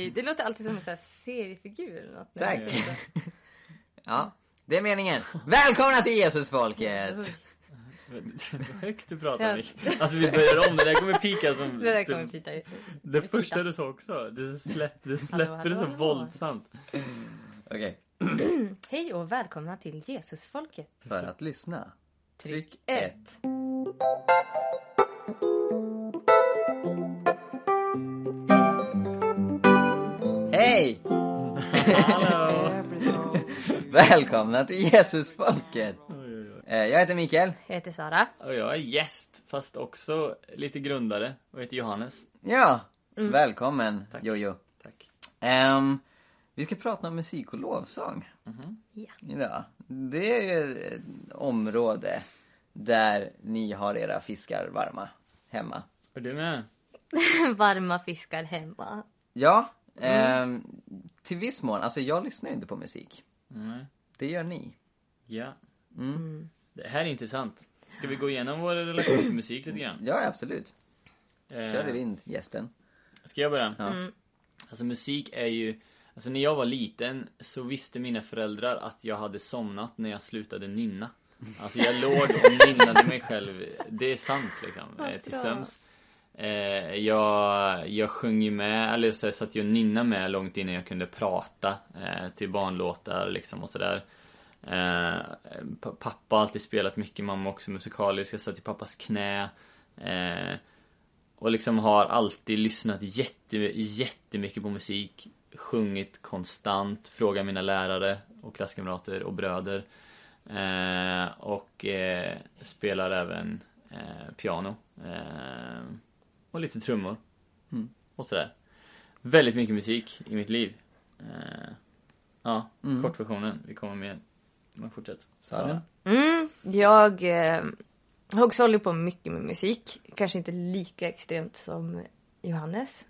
Oj, det låter alltid som en sån här seriefigur eller något. Tack. Ja, det är meningen. Välkomna till Jesusfolket. Högt du pratar, Mik. Alltså vi börjar om, det där kommer pika som... Det där kommer pita. Det första du sa också. Du släpper det så våldsamt. Okej. Hej och välkomna till Jesusfolket. För att lyssna. Tryck 1. Hej! Hallå! Välkomna till Jesusfolket. Jag heter Mikael. Jag heter Sara. Och jag är gäst, fast också lite grundare. Och heter Johannes. Ja, välkommen. Tack. Jojo. Tack. Vi ska prata om musik och lovsång. Ja. Ja, det är ju ett område där ni har era fiskar varma hemma. Och du med? Varma fiskar hemma. Ja, till viss mån. Alltså jag lyssnar inte på musik. Nej. Det gör ni. Ja. Det här är intressant. Ska vi gå igenom vår relation till musik lite grann? Ja, absolut. Kör i vind, gästen. Ska jag börja? Ja. Alltså musik är ju... Alltså när jag var liten så visste mina föräldrar att jag hade somnat när jag slutade nynna. Alltså jag låg och nynnade mig själv. Det är sant liksom. Till söms. Jag sjöng ju med, eller så satt jag och nynna med långt innan jag kunde prata till barnlåtar liksom och sådär. Pappa har alltid spelat mycket, mamma också musikalisk. Jag satt i pappas knä och liksom har alltid lyssnat jättemycket på musik, sjungit konstant, frågat mina lärare och klasskamrater och bröder, och spelar även piano och lite trummor och sådär. Väldigt mycket musik i mitt liv. Kortversionen, vi kommer med. Men fortsätt. Sara? Jag har också hållit på mycket med musik. Kanske inte lika extremt som Johannes.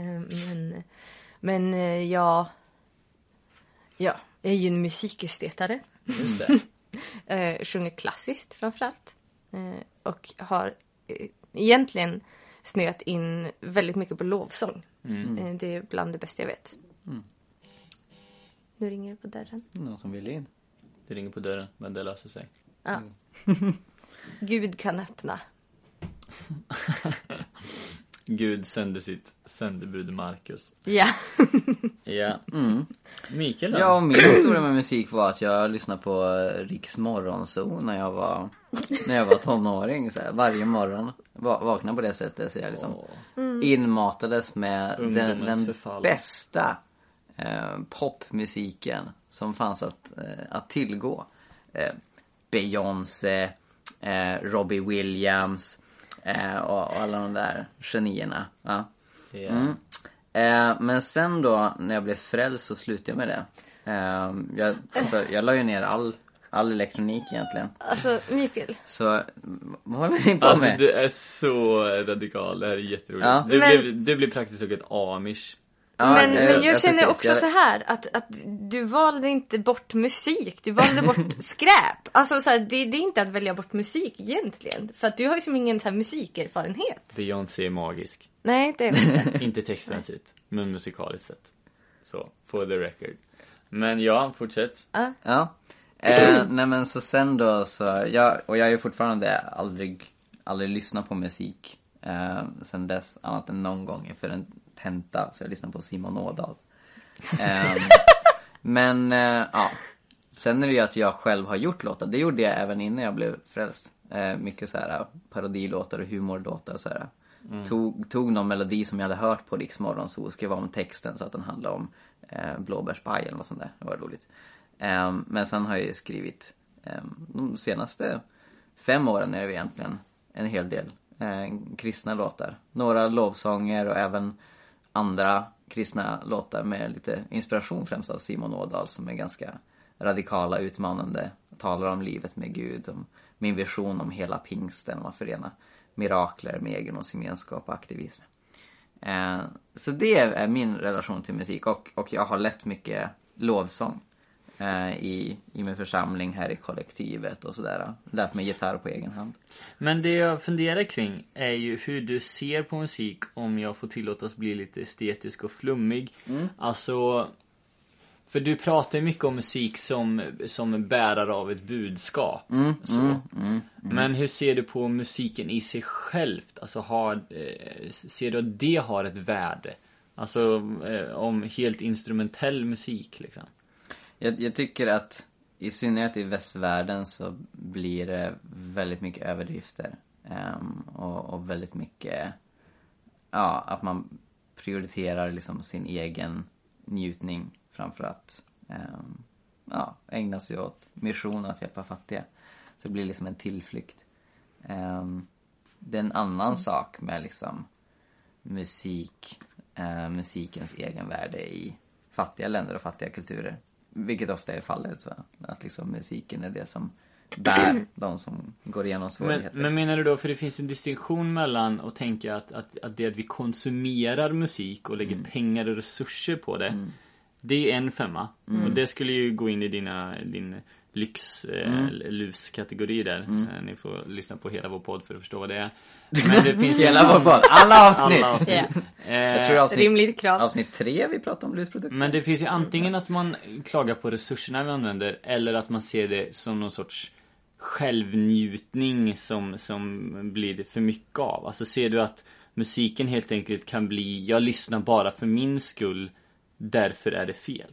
Men jag är ju en musikestetare. Just det. Sjunger klassiskt framförallt. Och har egentligen snöat in väldigt mycket på lovsång. Det är bland det bästa jag vet. Nu ringer det på dörren. Någon som vill in? Det ringer på dörren, men det löser sig. Ja. Gud kan öppna. Gud sände sitt sändebud Marcus. Ja. Ja. Mikael då? Ja, min historia med musik var att jag lyssnade på Riks morgonzoo när jag var tonåring. Så här, varje morgon vaknade på det sättet. Så jag liksom inmatades med den bästa popmusiken som fanns att tillgå. Beyoncé, Robbie Williams och alla de där genierna. Ja. Men sen då när jag blev frälst så slutade jag med det. Jag la ju ner all elektronik egentligen. Alltså, Mikael. Så vad håller ni på med? Du är så radikal, det här är jätteroligt. Ja. Du blir praktiskt taget amish. Ja, men jag känner precis. också så här att du valde inte bort musik, du valde bort skräp. Alltså så här, det är inte att välja bort musik egentligen, för att du har ju som ingen så här musikerfarenhet. Beyoncé är magisk. Nej, det är det inte. Inte textmässigt, men musikaliskt sett. Så, for the record. Men ja, fortsätt. Ja. Nej men så sen då så jag är ju fortfarande aldrig lyssnat på musik sen dess, annat än någon gång för en tenta, så jag lyssnar på Simon Ådahl. Men ja, sen är det ju att jag själv har gjort låtar. Det gjorde jag även innan jag blev frälst. Mycket så här parodilåtar och humorlåtar och så här. Tog någon melodi som jag hade hört på Riks morgonzoo och skrev om texten så att den handlade om blåbärspaj eller något sånt där. Det var roligt. Men sen har jag ju skrivit de senaste 5 åren är det egentligen en hel del kristna låtar. Några lovsånger och även andra kristna låtar med lite inspiration, främst av Simon Ådahl, som är ganska radikala, utmanande, talar om livet med Gud, om min vision om hela pingsten, om att förena mirakler med egendomsgemenskap och aktivism. Så det är min relation till musik, och jag har lätt mycket lovsång. i min församling här i kollektivet och sådär. Lärt mig gitarr på egen hand. Men det jag funderar kring är ju hur du ser på musik, om jag får tillåtas bli lite estetisk och flummig. Alltså, för du pratar ju mycket om musik som bärare av ett budskap. Men hur ser du på musiken i sig självt? Alltså ser du att det har ett värde? Alltså om helt instrumentell musik liksom. Jag tycker att i synnerhet i västvärlden så blir det väldigt mycket överdrifter. Och väldigt mycket, ja, att man prioriterar liksom sin egen njutning framför att ägna sig åt mission, att hjälpa fattiga. Så det blir liksom en tillflykt. Det är en annan sak med liksom musikens egen värde i fattiga länder och fattiga kulturer. Vilket ofta är fallet, va? Att liksom musiken är det som bär de som går igenom svårigheter. Men menar du då, för det finns en distinktion mellan att tänka att det att vi konsumerar musik och lägger pengar och resurser på det, det är en femma. Och det skulle ju gå in i din lyxluskategori där. Ni får lyssna på hela vår podd för att förstå vad det är. Men det finns hela vår podd, alla avsnitt. Jag tror rimligt krav. Avsnitt 3 vi pratar om lusprodukter. Men det finns ju antingen att man klagar på resurserna vi använder, eller att man ser det som någon sorts självnjutning som blir för mycket av. Alltså ser du att musiken helt enkelt kan bli, jag lyssnar bara för min skull, därför är det fel.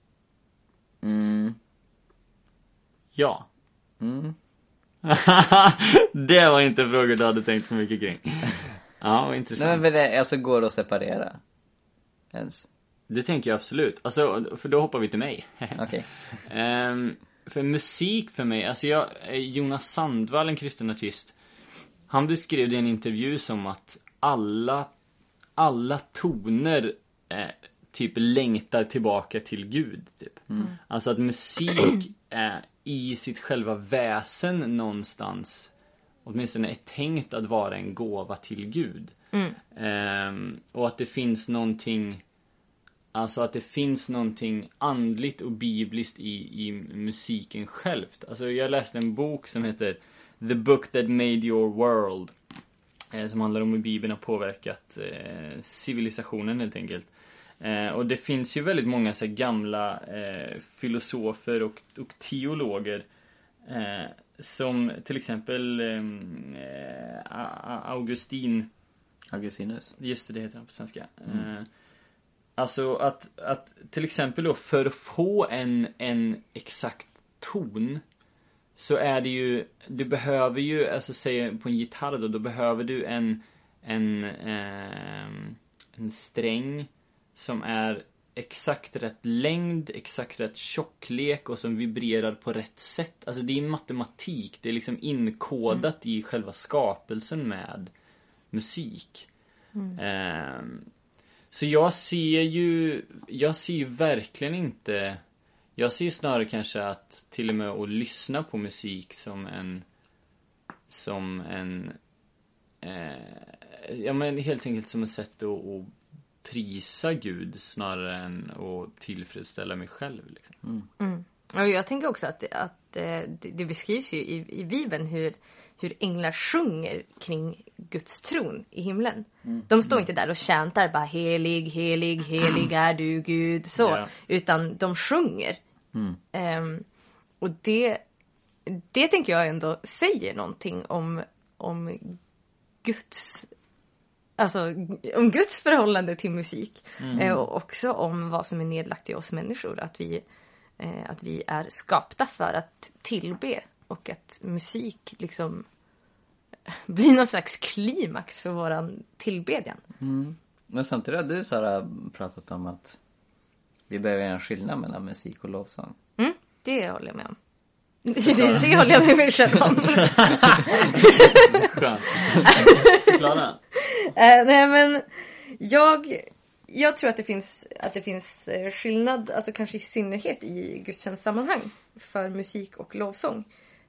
Ja. Det var inte frågor du hade tänkt så mycket kring. Ja, vad intressant. Nej, men det alltså går att separera ens. Det tänker jag absolut. Alltså, för då hoppar vi till mig. Okej. För musik för mig, alltså Jonas Sandvall, en kristen artist, han beskrev det i en intervju som att alla toner typ längtar tillbaka till Gud typ. Alltså att musik i sitt själva väsen någonstans åtminstone är tänkt att vara en gåva till Gud. Och att det finns någonting, alltså att det finns någonting andligt och bibliskt i musiken självt. Alltså jag läste en bok som heter The Book That Made Your World, som handlar om hur Bibeln har påverkat civilisationen helt enkelt. Och det finns ju väldigt många så här gamla filosofer och teologer som till exempel Augustinus. Just det heter han på svenska. Alltså att till exempel då, för att få en exakt ton, så är det ju, du behöver ju, alltså säg på en gitarr då behöver du en sträng som är exakt rätt längd, exakt rätt tjocklek och som vibrerar på rätt sätt. Alltså det är matematik, det är liksom inkodat i själva skapelsen med musik. Så jag ser ju verkligen inte, jag ser snarare kanske att till och med att lyssna på musik som en ja men helt enkelt som ett sätt att prisa Gud snarare än att tillfredsställa mig själv liksom. Och jag tänker också att det beskrivs ju i Bibeln hur änglar sjunger kring Guds tron i himlen. De står inte där och chantar bara helig, helig, helig är du Gud så, utan de sjunger. Och det tänker jag ändå säger någonting om Guds, alltså om Guds förhållande till musik, och också om vad som är nedlagt i oss människor, att vi är skapta för att tillbe, och att musik liksom blir någon slags klimax för våran tillbedjan. Men samtidigt har du Sara pratat om att vi behöver en skillnad mellan musik och lovsång. Det håller jag med om. Det håller jag med mig själv om. Skönt. Klara. Nej men jag tror att det finns skillnad, alltså kanske i synnerhet i gudstjänstsammanhang, för musik och lovsång.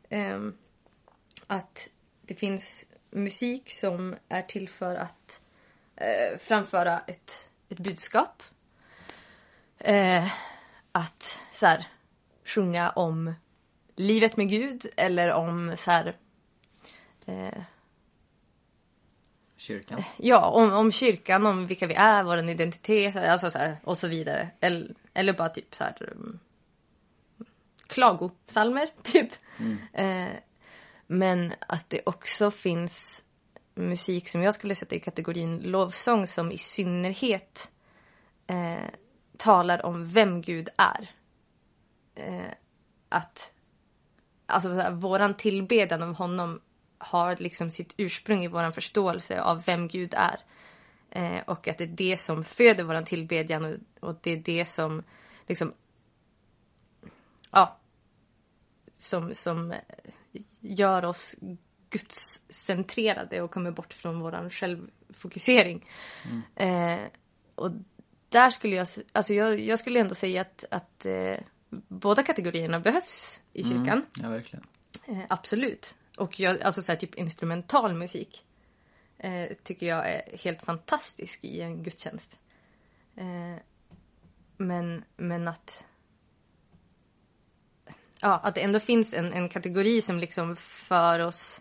Att det finns musik som är till för att framföra ett budskap. Att så här, sjunga om livet med Gud eller om så här Kyrkan. ja, om kyrkan, om vilka vi är, vår identitet, alltså så här, och så vidare. Eller bara typ så här klagosalmer typ. Men att det också finns musik som jag skulle sätta i kategorin lovsång som i synnerhet talar om vem Gud är. Att alltså så här, våran tillbedjan av honom har liksom sitt ursprung i våran förståelse av vem Gud är. Och att det är det som föder våran tillbedjan och det är det som liksom som gör oss gudscentrerade och kommer bort från våran självfokusering. Och där skulle jag skulle ändå säga att båda kategorierna behövs i kyrkan. Ja, verkligen. Absolut. Och alltså så här, typ instrumental musik tycker jag är helt fantastisk i en gudstjänst. Men att att det ändå finns en kategori som liksom för oss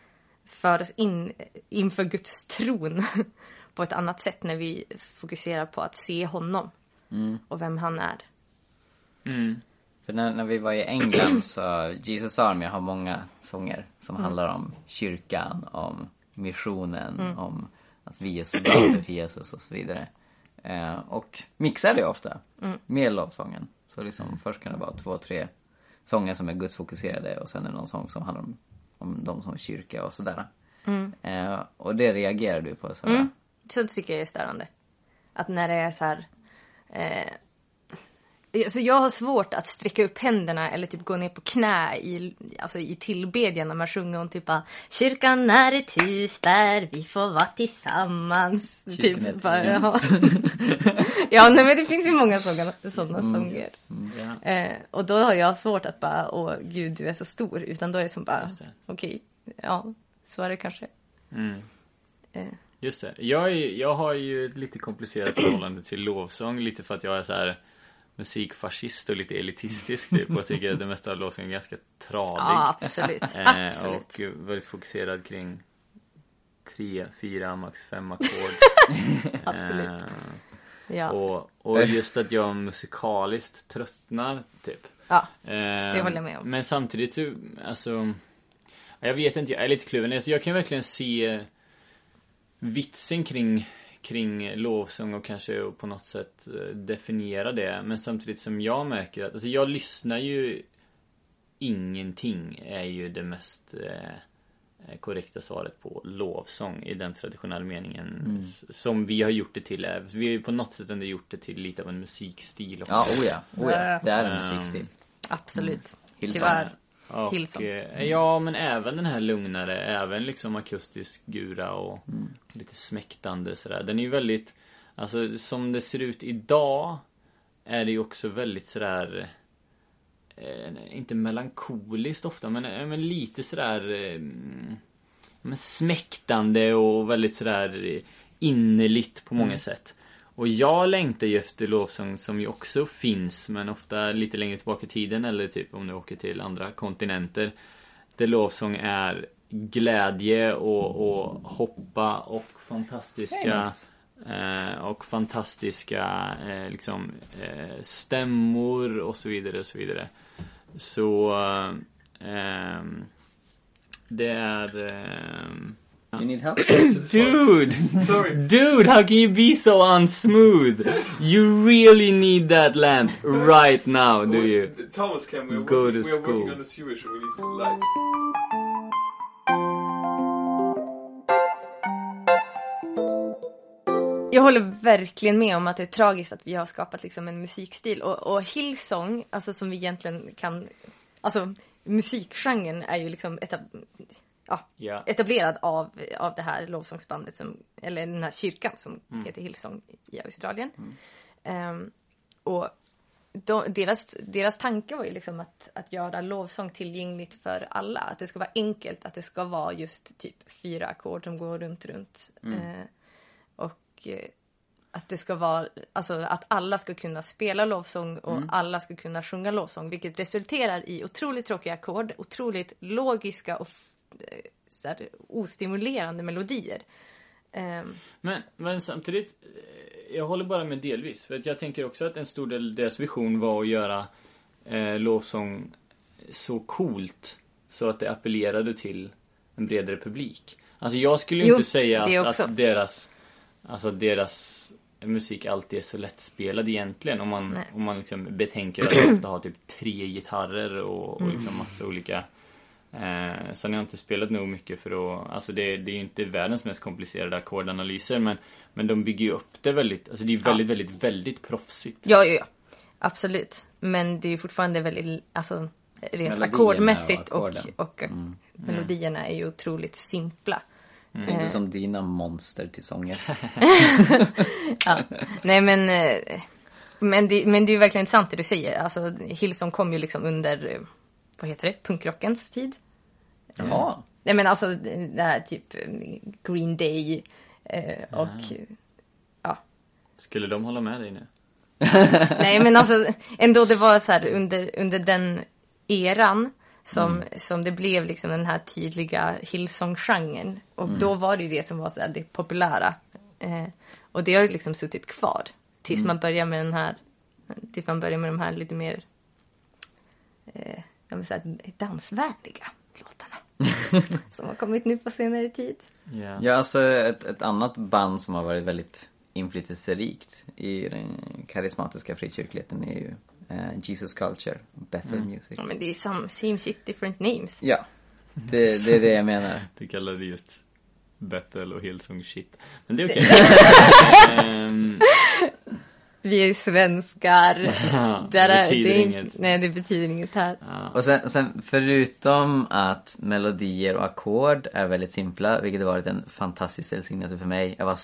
inför Guds tron på ett annat sätt när vi fokuserar på att se honom och vem han är. För när vi var i England så Jesus Army har många sånger som handlar om kyrkan, om missionen, om att vi är soldater för Jesus och så vidare. Och mixar det ofta med lovsången. Så liksom först kan det vara 2-3 sånger som är gudsfokuserade och sen är det någon sång som handlar om de som är kyrka och sådär. Och det reagerar du på så. Så tycker jag är störande. Att när det är så här alltså jag har svårt att sträcka upp händerna eller typ gå ner på knä i tillbedjan när man sjunger om typ kyrkan är ett hus där vi får vara tillsammans. Typ bara, ja, nej, men det finns ju många sådana sånger. Och då har jag svårt att bara, åh Gud du är så stor. Utan då är det som bara, okej, ja, så är det kanske. Just det. Jag har ju ett lite komplicerat förhållande till lovsång. Lite för att jag är så här musikfascist och lite elitistisk typ, och tycker att det mesta av låten är ganska tradig. Ja, absolut. Och väldigt fokuserad kring 3-4, max 5 ackord. Absolut. Ja. Och just att jag musikaliskt tröttnar typ. Ja, det håller jag med om. Men samtidigt så, alltså, jag vet inte, jag är lite kluven. Jag kan verkligen se vitsen kring lovsång och kanske på något sätt definiera det. Men samtidigt som jag märker att alltså jag lyssnar ju, ingenting är ju det mest korrekta svaret på lovsång i den traditionella meningen som vi har gjort det till. Vi har ju på något sätt ändå gjort det till lite av en musikstil. Ja, det är en musikstil. Absolut. Tyvärr. Och, ja, men även den här lugnare, även liksom akustisk gura och lite smäktande sådär. Den är ju väldigt, alltså som det ser ut idag är det ju också väldigt sådär inte melankoliskt ofta, men lite sådär men smäktande och väldigt sådär innerligt på många sätt. Och jag längtar ju efter lovsång som ju också finns, men ofta lite längre tillbaka i tiden, eller typ om du åker till andra kontinenter, där lovsång är glädje och hoppa och fantastiska liksom stämmor och så vidare och så vidare. Så det är You need help? Dude! Sorry. Dude, how can you be so unsmooth? You really need that lamp right now, do you? Thomas came, we are Go working, to we are working school. on the sewage and we need to light. Jag håller verkligen med om att det är tragiskt att vi har skapat liksom en musikstil. Och Hillsong, alltså som vi egentligen kan... Alltså musikgenren är ju liksom etablerad av det här lovsångsbandet eller den här kyrkan som heter Hillsong i Australien. Och deras tanke var ju liksom att göra lovsång tillgängligt för alla. Att det ska vara enkelt, att det ska vara just typ 4 ackord som går runt. Och att det ska vara, alltså att alla ska kunna spela lovsång och alla ska kunna sjunga lovsång, vilket resulterar i otroligt tråkiga ackord, otroligt logiska och så här, ostimulerande melodier. Men samtidigt, jag håller bara med delvis. För att jag tänker också att en stor del av deras vision var att göra lovsång så coolt så att det appellerade till en bredare publik. Alltså jag skulle ju inte säga att deras musik alltid är så lättspelad egentligen. Om man liksom betänker att de ofta har typ 3 gitarrer och liksom massa olika. Sen har jag inte spelat nog mycket för att, alltså det är ju inte världens mest komplicerade ackordanalyser, men de bygger ju upp det väldigt, alltså det är väldigt, väldigt, väldigt proffsigt. Ja. Absolut. Men det är ju fortfarande väldigt, alltså rent ackordmässigt och melodierna är ju otroligt simpla. Inte som dina monster till sånger. Ja. Nej men det är ju verkligen sant det du säger. Alltså Hillsong kom ju liksom under, vad heter det, punkrockens tid. Jaha. Nej men alltså det här typ Green Day och ja. Skulle de hålla med dig nu? Nej men alltså ändå det var så här under den eran som det blev liksom den här tydliga Hillsong-genren. Och då var det ju det som var så här, det populära. Och det har ju liksom suttit kvar tills man börjar med de här lite mer jag vill säga dansvärdiga låtarna som har kommit nu på senare tid. Yeah. Ja, alltså ett annat band som har varit väldigt inflytelserikt i den karismatiska frikyrkligheten är ju Jesus Culture, Bethel Music. Ja, men det är same shit, different names. Ja, det är det jag menar. Du kallar det just Bethel och Hillsong shit. Men det är okej. Vi är svenskar. Det betyder inget. Nej, det betyder inget här. Ja. Och sen förutom att melodier och ackord är väldigt simpla, vilket har varit en fantastisk välsignelse för mig. Jag var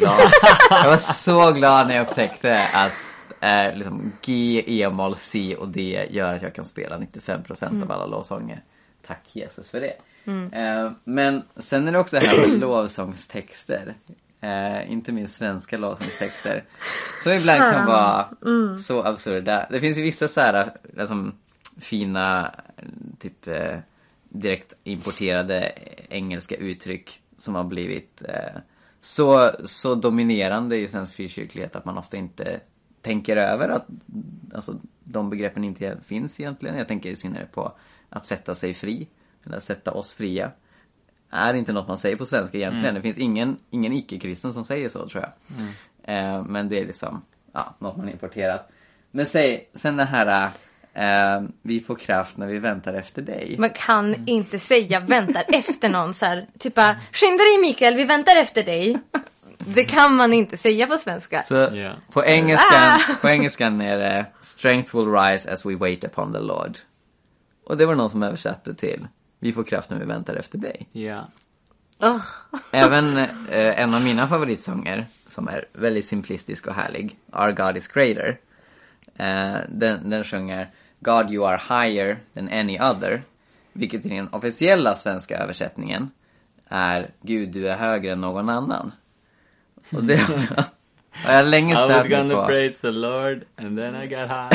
så glad när jag upptäckte att liksom G, E-moll, C och D gör att jag kan spela 95% av alla lovsånger. Tack Jesus för det. Men sen är det också det här med lovsångstexter. Inte minst svenska lovsångstexter som ibland kan vara så absurda. Det finns ju vissa så här liksom, fina typ direkt importerade engelska uttryck som har blivit så dominerande i svensk frikyrklighet att man ofta inte tänker över att alltså, de begreppen inte finns egentligen. Jag tänker i synnerhet på att sätta sig fri eller sätta oss fria. Är inte något man säger på svenska egentligen. Det finns ingen icke-kristen som säger så, tror jag. Men det är liksom något man importerat. Men sen det här vi får kraft när vi väntar efter dig. Man kan inte säga väntar efter någon så här, typ skynda dig Mikael, vi väntar efter dig. Det kan man inte säga på svenska. Så på engelskan är det strength will rise as we wait upon the Lord. Och det var någon som översatte till vi får kraft när vi väntar efter dig. Ja. Även en av mina favoritsånger som är väldigt simplistisk och härlig, Our God is Greater. Den sjunger God you are higher than any other, vilket i den officiella svenska översättningen är Gud du är högre än någon annan. Och det har jag länge ställt mig på. I was gonna praise the Lord and then I got high.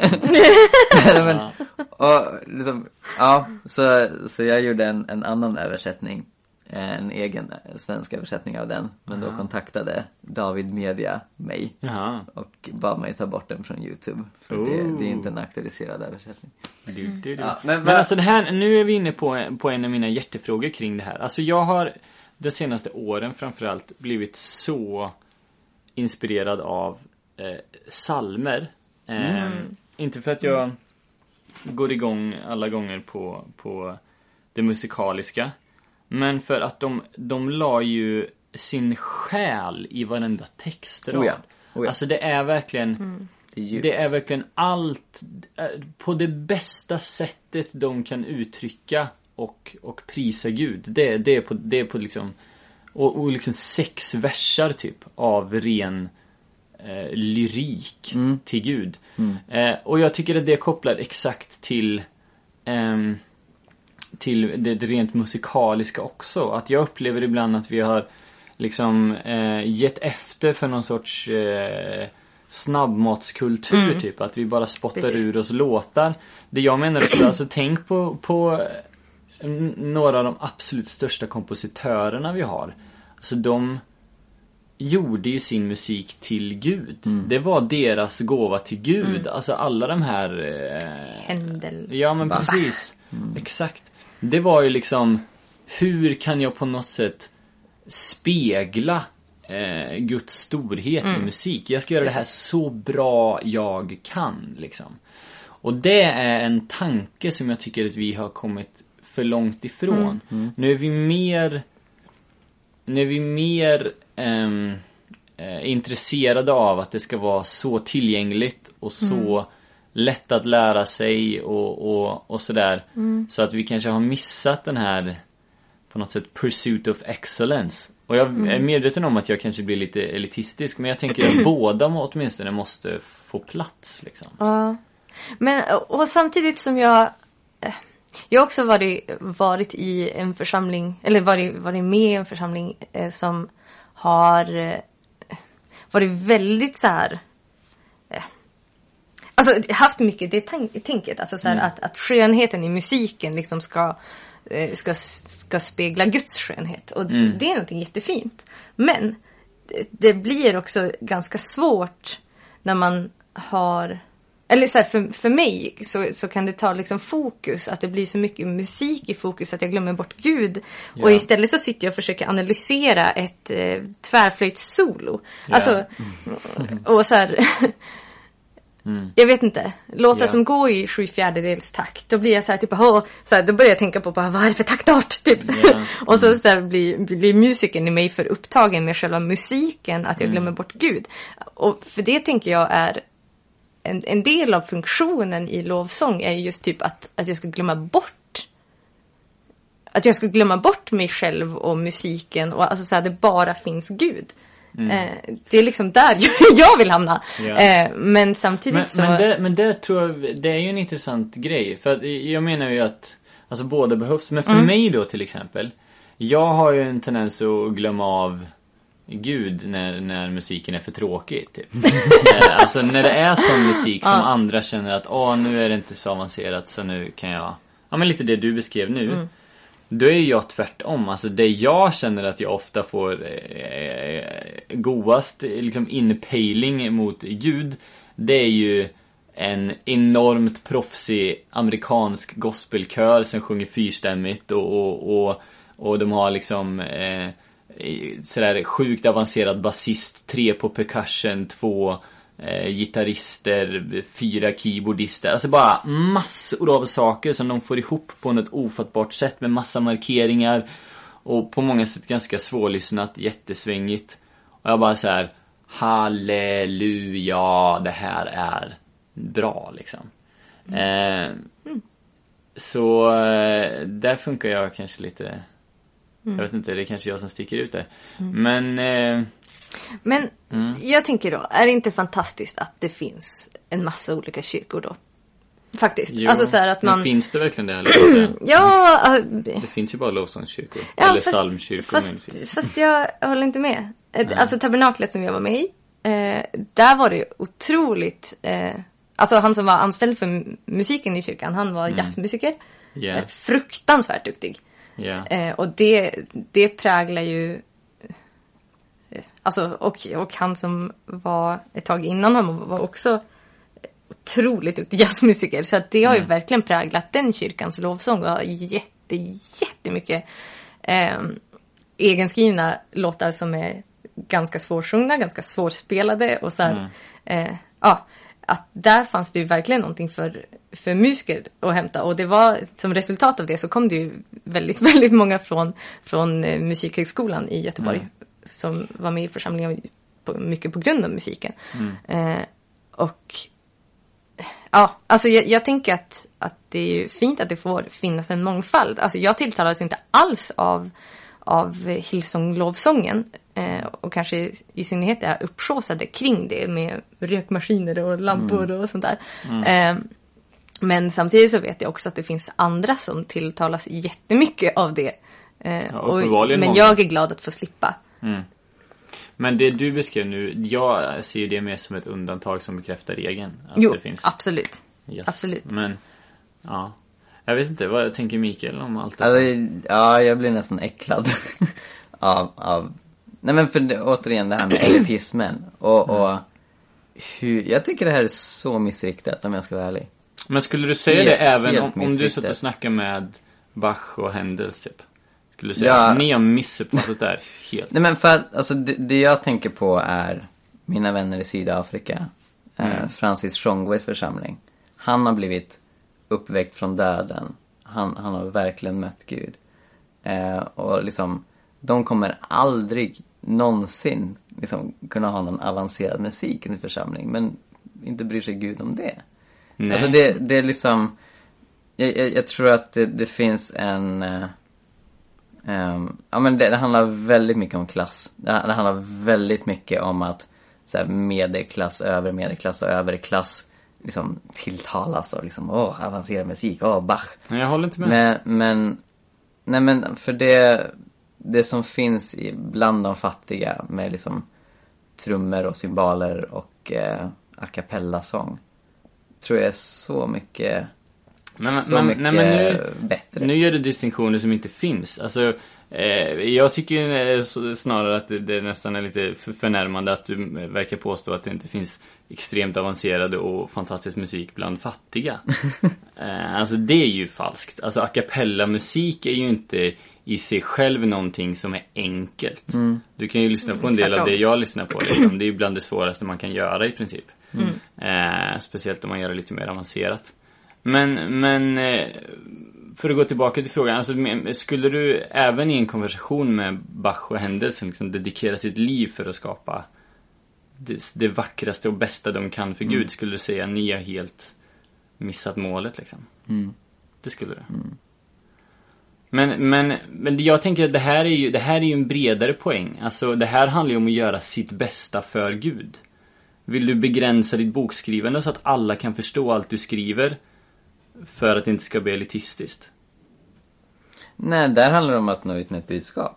Så jag gjorde en annan översättning, en egen svensk översättning av den, men då kontaktade David Media mig och bad mig ta bort den från YouTube, för det är inte en aktualiserad översättning. Men alltså det här, nu är vi inne på en av mina hjärtefrågor kring det här. Alltså jag har de senaste åren framförallt blivit så inspirerad av psalmer. Inte för att jag går igång alla gånger på det musikaliska, men för att de la ju sin själ i varenda textrad. Alltså det är verkligen det är verkligen allt på det bästa sättet de kan uttrycka och prisa Gud. Det är på liksom och liksom 6 versar typ av ren lyrik till Gud. Och jag tycker att det kopplar exakt till det rent musikaliska också. Att jag upplever ibland att vi har liksom gett efter för någon sorts snabbmatskultur typ, att vi bara spottar ur oss låtar. Det jag menar också, alltså tänk på några av de absolut största kompositörerna vi har. Alltså de gjorde ju sin musik till Gud. Det var deras gåva till Gud. Alltså alla de här Händel. Ja men precis. Exakt. Det var ju liksom, hur kan jag på något sätt spegla Guds storhet i musik? Jag ska göra det här så bra jag kan liksom. Och det är en tanke som jag tycker att vi har kommit för långt ifrån. Nu är vi mer intresserade av att det ska vara så tillgängligt och så lätt att lära sig och sådär. Så att vi kanske har missat den här på något sätt pursuit of excellence. Och jag är medveten om att jag kanske blir lite elitistisk, men jag tänker att båda åtminstone måste få plats liksom. Ja. Men och samtidigt som jag också varit i en församling, eller varit med i en församling som har varit väldigt så här, alltså haft mycket det tänket, alltså så här, att skönheten i musiken liksom ska spegla Guds skönhet, och det är någonting jättefint, men det blir också ganska svårt när man har, eller så här, för mig så kan det ta liksom fokus, att det blir så mycket musik i fokus att jag glömmer bort Gud. Och istället så sitter jag och försöker analysera ett tvärflöjtssolo. Alltså, och så här, jag vet inte, låtar som går i 7/4 takt, då blir jag så här typ, så här, då börjar jag tänka på vad är det för taktart typ. Och så där blir musiken i mig för upptagen med själva musiken att jag glömmer bort Gud. Och för det tänker jag är en del av funktionen i lovsång är just typ att jag ska glömma bort, att jag ska glömma bort mig själv och musiken, och alltså så här, det bara finns Gud. Det är liksom där jag vill hamna. Men samtidigt men det tror jag, det är ju en intressant grej, för att jag menar ju att alltså båda behövs, men för mig då till exempel, jag har ju en tendens att glömma av Gud när musiken är för tråkig typ. Alltså när det är sån musik som andra känner att nu är det inte så avancerat, så nu kan jag, men lite det du beskrev nu, då är jag tvärtom. Alltså det jag känner att jag ofta får godast liksom inpejling mot Gud, det är ju en enormt proffsig amerikansk gospelkör som sjunger fyrstämmigt och de har liksom sådär sjukt avancerad basist, 3 på percussion, 2 gitarrister, 4 keyboardister, alltså bara massor av saker som de får ihop på något ofattbart sätt med massa markeringar och på många sätt ganska svårlyssnat, jättesvängigt, och jag bara så här: halleluja, det här är bra liksom. Så där funkar jag kanske lite, jag vet inte, det är kanske jag som sticker ut där. Men jag tänker då, är det inte fantastiskt att det finns en massa olika kyrkor då? Faktiskt. Jo, alltså så här att man... men finns det verkligen det? Det finns ju bara lovsångskyrkor. Eller psalmkyrkor. Fast jag håller inte med. Alltså tabernaklet som jag var med i, där var det otroligt... alltså han som var anställd för musiken i kyrkan, han var jazzmusiker. Fruktansvärt duktig. Och det präglar ju... Alltså, och han som var ett tag innan honom var också otroligt duktig jazzmusiker. Så att det har ju verkligen präglat den kyrkans lovsång och har jättemycket egenskrivna låtar som är ganska svårsjungna, ganska svårspelade och så här, att där fanns det ju verkligen någonting för musiker att hämta, och det var som resultat av det så kom det ju väldigt, väldigt många från Musikhögskolan i Göteborg som var med i församlingen mycket på grund av musiken. Och ja, alltså jag tänker att det är ju fint att det får finnas en mångfald. Alltså jag tilltalades inte alls av Hillsong-lovsången, och kanske i synnerhet är uppsåsade kring det med rökmaskiner och lampor och sånt där. Men samtidigt så vet jag också att det finns andra som tilltalas jättemycket av det. Men jag är glad att få slippa Men det du beskrev nu, jag ser det mer som ett undantag som bekräftar regeln. Att Jo, det finns. absolut. Yes. Absolut. Men, ja. Jag vet inte, vad tänker Mikael om allt det? Alltså, ja, jag blir nästan äcklad av... Nej men återigen det här med elitismen. Och jag tycker det här är så missriktat om jag ska vara ärlig. Men skulle du säga Helt- det även helt om du satt och missriktat. snackar med Bach och Händel typ? Skulle du säga Ja. att ni har missuppfattat det här helt? Nej men för att, alltså det jag tänker på är mina vänner i Sydafrika. Francis Shongwes församling. Han har blivit uppväckt från döden. Han har verkligen mött Gud. Och liksom, de kommer aldrig någonsin liksom kunna ha någon avancerad musik i en församling. Men inte bryr sig Gud om det. Nej. Alltså det är liksom, jag tror att det finns en... ja men det handlar väldigt mycket om klass. Det handlar väldigt mycket om att så här, medelklass och överklass liksom tilltalas och liksom avancerad musik, Bach. Nej, jag håller inte med. Men för det som finns bland de fattiga med liksom trummor och cymbaler och a cappella-sång tror jag är så mycket bättre. Nu gör du distinktioner som inte finns. Alltså, jag tycker snarare att det nästan är lite förnärmande att du verkar påstå att det inte finns extremt avancerad och fantastisk musik bland fattiga. Alltså det är ju falskt. Alltså a cappella-musik är ju inte i sig själv någonting som är enkelt. Du kan ju lyssna på en del av det jag lyssnar på. Liksom. Det är ju bland det svåraste man kan göra i princip. Speciellt om man gör det lite mer avancerat. Men för att gå tillbaka till frågan, alltså, skulle du även i en konversation med Bach och Händel som liksom dedikera sitt liv för att skapa det vackraste och bästa de kan för Gud, skulle du säga ni har helt missat målet liksom? Det skulle du. Men jag tänker att det här är ju en bredare poäng. Alltså det här handlar ju om att göra sitt bästa för Gud. Vill du begränsa ditt bokskrivande så att alla kan förstå allt du skriver för att det inte ska bli elitistiskt? Nej, där handlar det om att nå ut med ett budskap.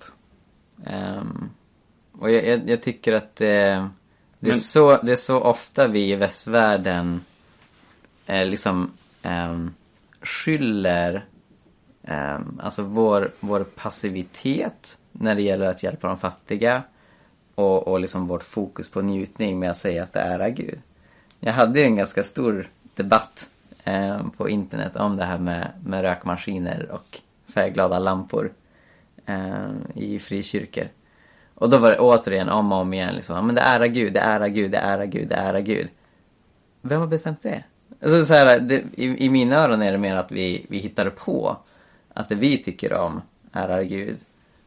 Och jag tycker att det är så ofta vi i västvärlden liksom skyller alltså vår passivitet när det gäller att hjälpa de fattiga och liksom vårt fokus på njutning med att säga att det är Gud. Jag hade en ganska stor debatt på internet om det här med rökmaskiner och färgglada lampor i frikyrkor. Och då var det återigen om och om igen liksom, men det är Gud, det är Gud, det är Gud, det är Gud. Vem har bestämt det? Alltså så här, i mina öron är det mer att vi hittar på att det vi tycker om är Gud.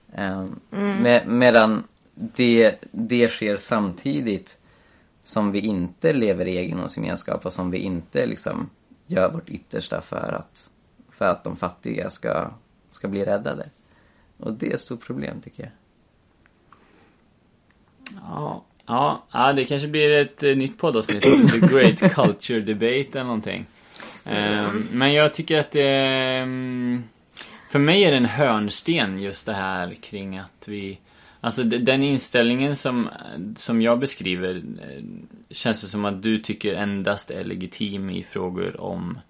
Medan det sker samtidigt som vi inte lever i egendomsgemenskap och som vi inte liksom gör vårt yttersta för att de fattiga ska bli räddade. Och det är ett stort problem tycker jag. Ja, det kanske blir ett nytt poddavsnitt, The Great Culture Debate eller någonting. Men jag tycker att för mig är det en hörnsten just det här kring att vi, alltså den inställningen som jag beskriver känns det som att du tycker endast är legitim i frågor om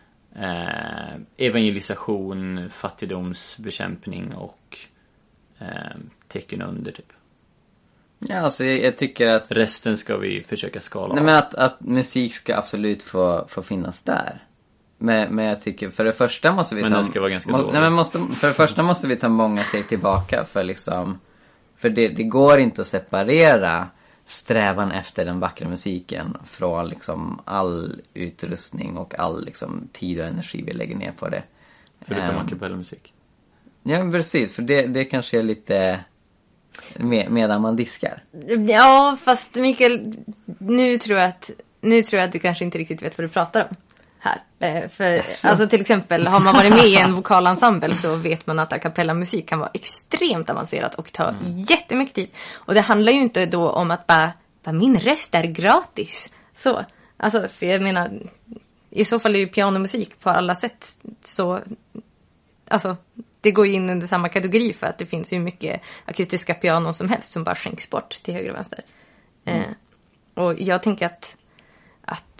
evangelisation, fattigdomsbekämpning och tecken under typ. Ja, alltså jag tycker att resten ska vi försöka skala nej, men att musik ska absolut få finnas där. Men jag tycker för det första måste vi den ska vara ganska dålig. Nej, men för det första måste vi ta många steg tillbaka för det går inte att separera strävan efter den vackra musiken från liksom all utrustning och all liksom tid och energi vi lägger ner på det. Förutom a cappella-musik. Ja, precis, för det kanske är lite medan man diskar. Ja, fast Mikael, nu tror jag att du kanske inte riktigt vet vad du pratar om här. För alltså till exempel, har man varit med i en vokalensemble så vet man att a cappella-musik kan vara extremt avancerat och ta jättemycket tid. Och det handlar ju inte då om att bara min röst är gratis. Så, alltså, för jag menar, i så fall är ju pianomusik på alla sätt så, alltså, det går ju in under samma kategori för att det finns ju mycket akustiska pianon som helst som bara skänks bort till höger och vänster. Och jag tänker att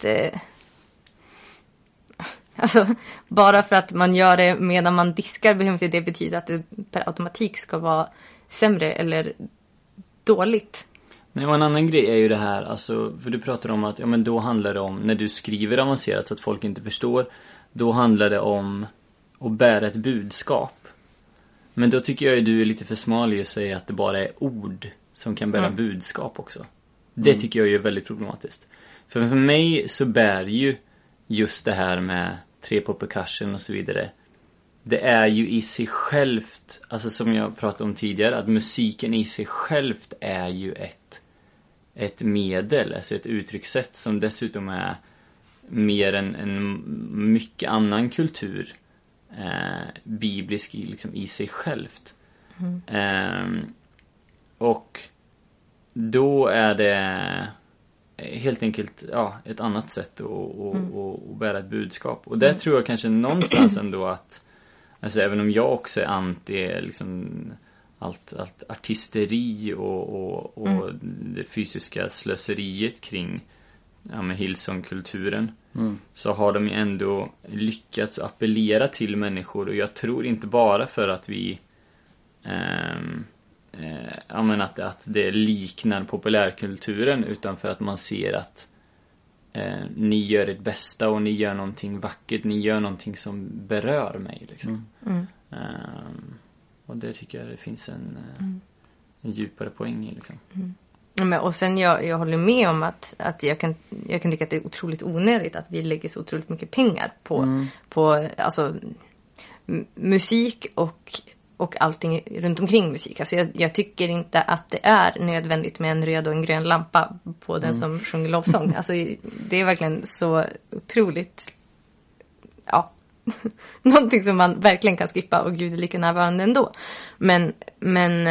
alltså, bara för att man gör det medan man diskar behöver inte det betyda att det per automatik ska vara sämre eller dåligt. Nej, och en annan grej är ju det här, alltså, för du pratar om att men då handlar det om, när du skriver avancerat så att folk inte förstår, då handlar det om att bära ett budskap. Men då tycker jag att du är lite för smal i att säga att det bara är ord som kan bära budskap också. Det tycker jag är väldigt problematiskt. För mig så bär ju just det här med 3 percussion och så vidare, det är ju i sig självt, alltså som jag pratade om tidigare, att musiken i sig självt är ju ett medel, alltså ett uttryckssätt som dessutom är mer än mycket annan kultur biblisk liksom i sig självt. Och då är det helt enkelt ett annat sätt att bära ett budskap. Och det tror jag kanske någonstans ändå att, alltså även om jag också är anti liksom allt artisteri och det fysiska slöseriet kring med Hillsong-kulturen, så har de ju ändå lyckats appellera till människor. Och jag tror inte bara för att vi att det liknar populärkulturen, utan för att man ser att ni gör ert bästa och ni gör någonting vackert, ni gör någonting som berör mig liksom. Och det tycker jag det finns en djupare poäng i liksom. Men, och sen jag håller med om att jag kan tycka att det är otroligt onödigt att vi lägger så otroligt mycket pengar på alltså musik och allting runt omkring musik. Alltså jag tycker inte att det är nödvändigt med en röd och en grön lampa på den som sjunger lovsång. Alltså det är verkligen så otroligt, någonting som man verkligen kan skippa, och Gud är lika närvarande ändå. Men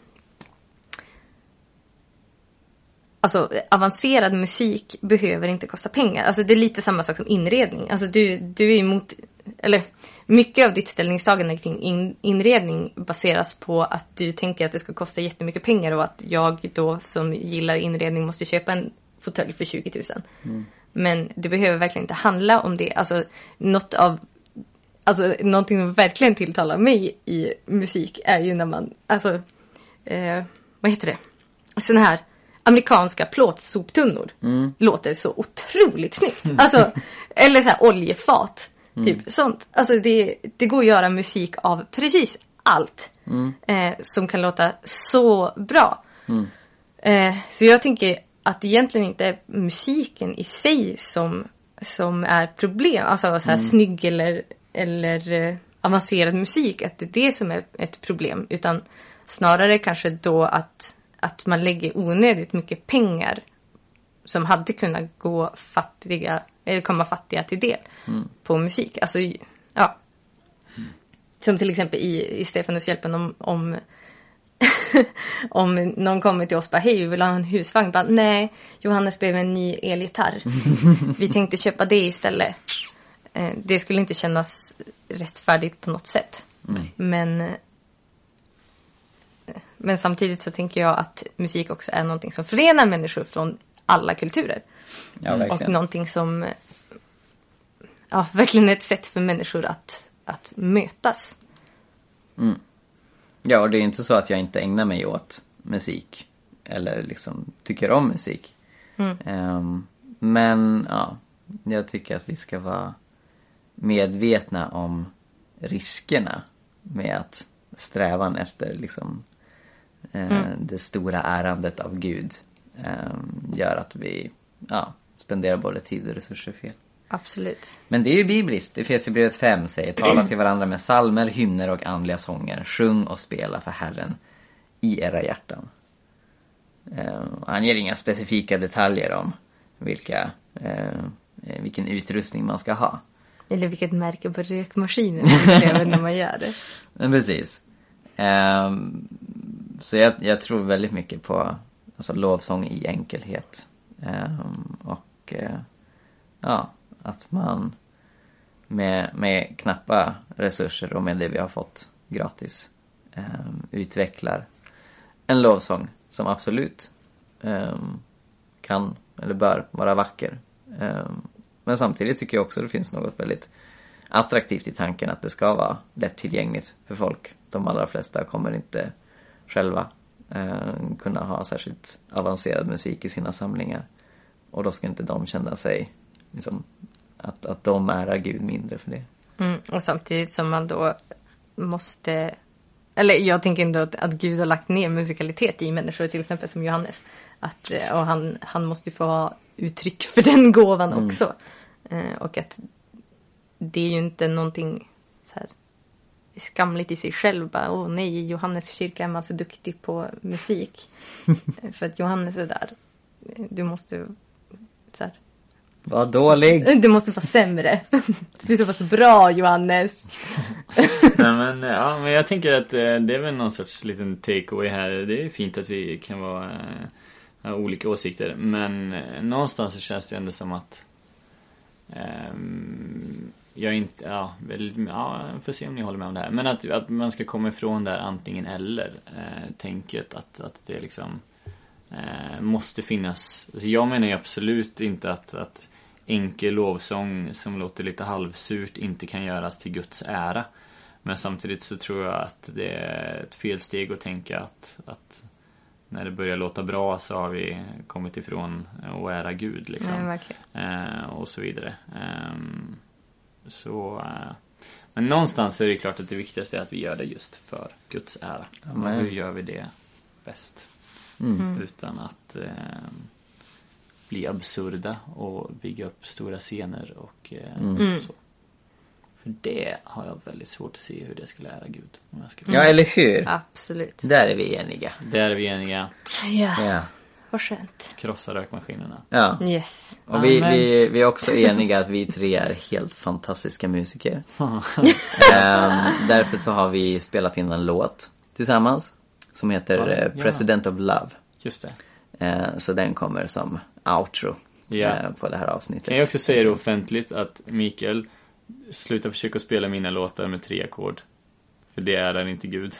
alltså avancerad musik behöver inte kosta pengar. Alltså det är lite samma sak som inredning. Alltså du är emot, eller mycket av ditt ställningstagande kring inredning baseras på att du tänker att det ska kosta jättemycket pengar, och att jag då som gillar inredning måste köpa en fåtölj för 20 000. Men det behöver verkligen inte handla om det. Alltså någonting som verkligen tilltalar mig i musik är ju när man, alltså vad heter det? Såna här amerikanska plåtsoptunnor låter så otroligt snyggt. Alltså, eller så här oljefat. Typ sånt. Alltså det går att göra musik av precis allt som kan låta så bra. Så jag tänker att det egentligen inte är musiken i sig som är problem. Alltså så här snygg eller avancerad musik. Att det är det som är ett problem. Utan snarare kanske då att man lägger onödigt mycket pengar som hade kunnat gå fattiga eller komma fattiga till del på musik. Alltså, som till exempel i Stefanushjälpen om någon kommer till oss och bara, hej, vi vill ha en husvagn. Bara, nej, Johannes behöver en ny elgitarr. Vi tänkte köpa det istället. Det skulle inte kännas rättfärdigt på något sätt. Men samtidigt så tänker jag att musik också är någonting som förenar människor från alla kulturer. Ja, och någonting som verkligen är ett sätt för människor att mötas. Ja, och det är inte så att jag inte ägnar mig åt musik eller liksom tycker om musik. Men jag tycker att vi ska vara medvetna om riskerna med att strävan efter liksom det stora ärandet av Gud gör att vi spenderar både tid och resurser fel. Absolut. Men det är ju bibliskt. Efesierbrevet 5 säger: tala till varandra med psalmer, hymner och andliga sånger. Sjung och spela för Herren i era hjärtan. Han ger inga specifika detaljer om vilken utrustning man ska ha. Eller vilket märke på rökmaskinen man kräver när man gör det. Men precis. Så jag tror väldigt mycket på lovsång i enkelhet. Och att man med knappa resurser och med det vi har fått gratis utvecklar en lovsång som absolut kan eller bör vara vacker. Men samtidigt tycker jag också det finns något väldigt attraktivt i tanken att det ska vara lättillgängligt för folk. De allra flesta kommer inte själva kunna ha särskilt avancerad musik i sina samlingar. Och då ska inte de känna sig liksom, att de ärar Gud mindre för det. Och samtidigt som man då måste... Eller jag tänker ändå att Gud har lagt ner musikalitet i människor, till exempel som Johannes. Och han måste få ha uttryck för den gåvan också. Och att det är ju inte någonting så här skamligt i sig själv. Bara, åh nej, i Johannes kyrka är man för duktig på musik. För att Johannes är där. Du måste så här, vad dålig! du måste vara sämre. Du är så pass bra, Johannes. Nej, men jag tänker att det är väl någon sorts liten takeaway här. Det är fint att vi kan ha olika åsikter. Men någonstans så känns det ändå som att jag inte, får se om ni håller med om det här. Men att man ska komma ifrån där antingen eller tänket att det liksom måste finnas. Alltså jag menar ju absolut inte att enkel lovsång som låter lite halvsurt inte kan göras till Guds ära. Men samtidigt så tror jag att det är ett fel steg att tänka att när det börjar låta bra så har vi kommit ifrån att ära Gud liksom. Nej, verkligen. Och så vidare. Men någonstans är det klart att det viktigaste är att vi gör det just för Guds ära. Och hur gör vi det bäst? Utan att bli absurda och bygga upp stora scener och så. För det har jag väldigt svårt att se hur det skulle ära Gud. Om jag ska Ja, eller hur? Absolut. Där är vi eniga. Där är vi eniga. Ja. Vad skönt. Krossa rökmaskinerna. Ja. Yes. Och vi är också eniga att vi tre är helt fantastiska musiker. Därför så har vi spelat in en låt tillsammans som heter President of Love. Just det. Så den kommer som outro på det här avsnittet. Kan jag också säga det offentligt att Mikael, sluta försöka spela mina låtar med 3 ackord. För det är den inte Gud.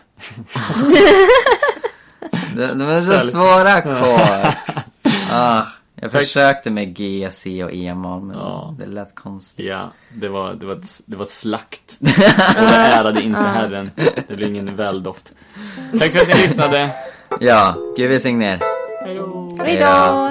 De är så svåra ackord. Jag försökte med G, C och E-moll, men det lät konstigt. Ja, det var slakt. Och det ärade inte Herren. Det blir ingen väldoft. Tack för att ni lyssnade. Ja, Gud välsigne er. Hej då!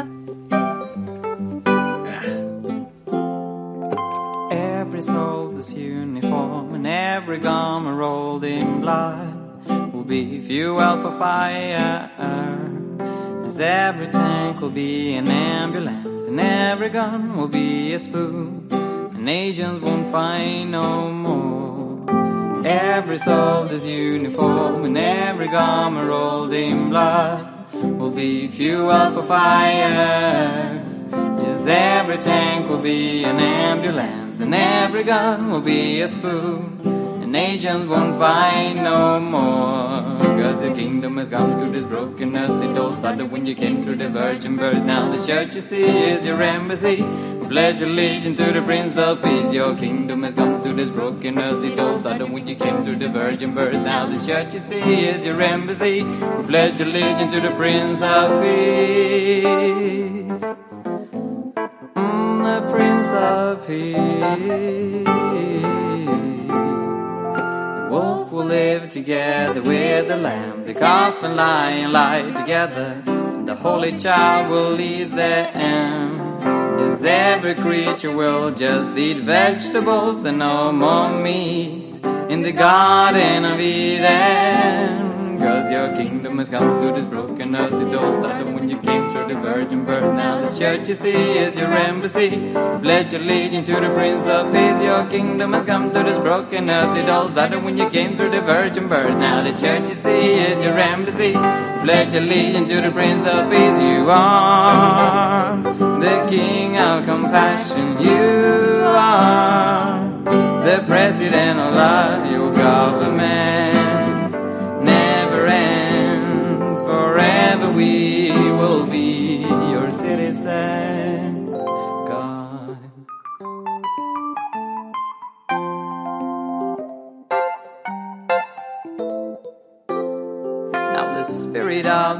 Every soul is uniform and every garment rolled in blood will be fuel for fire, as every tank will be an ambulance and every gun will be a spoon, and nations won't find no more. Every soul is uniform and every garment rolled in blood will be fuel for fire, as every tank will be an ambulance and every gun will be a spoon, and nations won't find no more. Cause the kingdom has come to this broken earth. It all started when you came through the virgin birth. Now the church you see is your embassy. We pledge allegiance to the Prince of Peace. Your kingdom has come to this broken earth. It all started when you came through the virgin birth. Now the church you see is your embassy. We pledge allegiance to the Prince of Peace. The Prince of Peace. The wolf will live together with the lamb. The calf and lion lie together. And the holy child will lead them. Yes, every creature will just eat vegetables and no more meat in the Garden of Eden. Cause your kingdom has come to this broken earth. It all started when you came through the virgin birth. Now this church you see is your embassy. Pledge allegiance to the Prince of Peace. Your kingdom has come to this broken earth. It all started when you came through the virgin birth. Now the church you see is your embassy. Pledge allegiance to the Prince of Peace. You are the King of compassion. You are the President of love. Your government never ends. Forever we will be your citizens, God.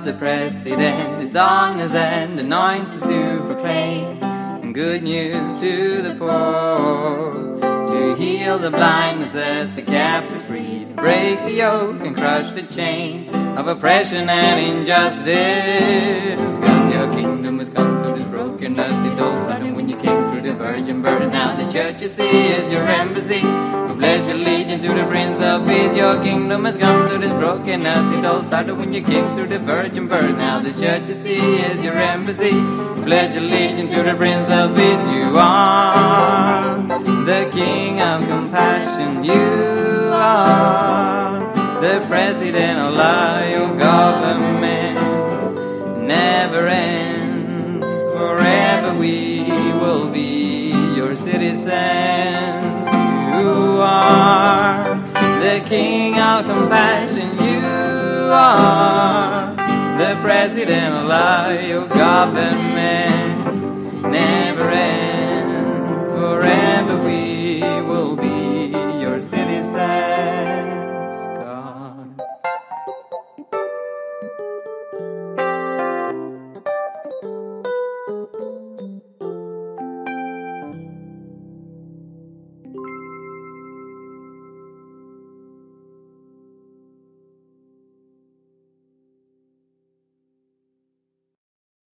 the president is on his end, anoints us to proclaim good news to the poor, to heal the blind and set the captive free, to break the yoke and crush the chain of oppression and injustice. 'Cause your kingdom has come to this broken earth. It all started when you came through the virgin birth. And now the church you see is your embassy. We pledge allegiance to the Prince of Peace. Your kingdom has come to this broken earth. It all started when you came through the virgin birth. Now the church you see is your embassy. We pledge allegiance to the Prince of Peace. You are the King of compassion. You are the President of life. Your government never ends. Forever we will be your citizens. You are the King of compassion. You are the President of life. Your government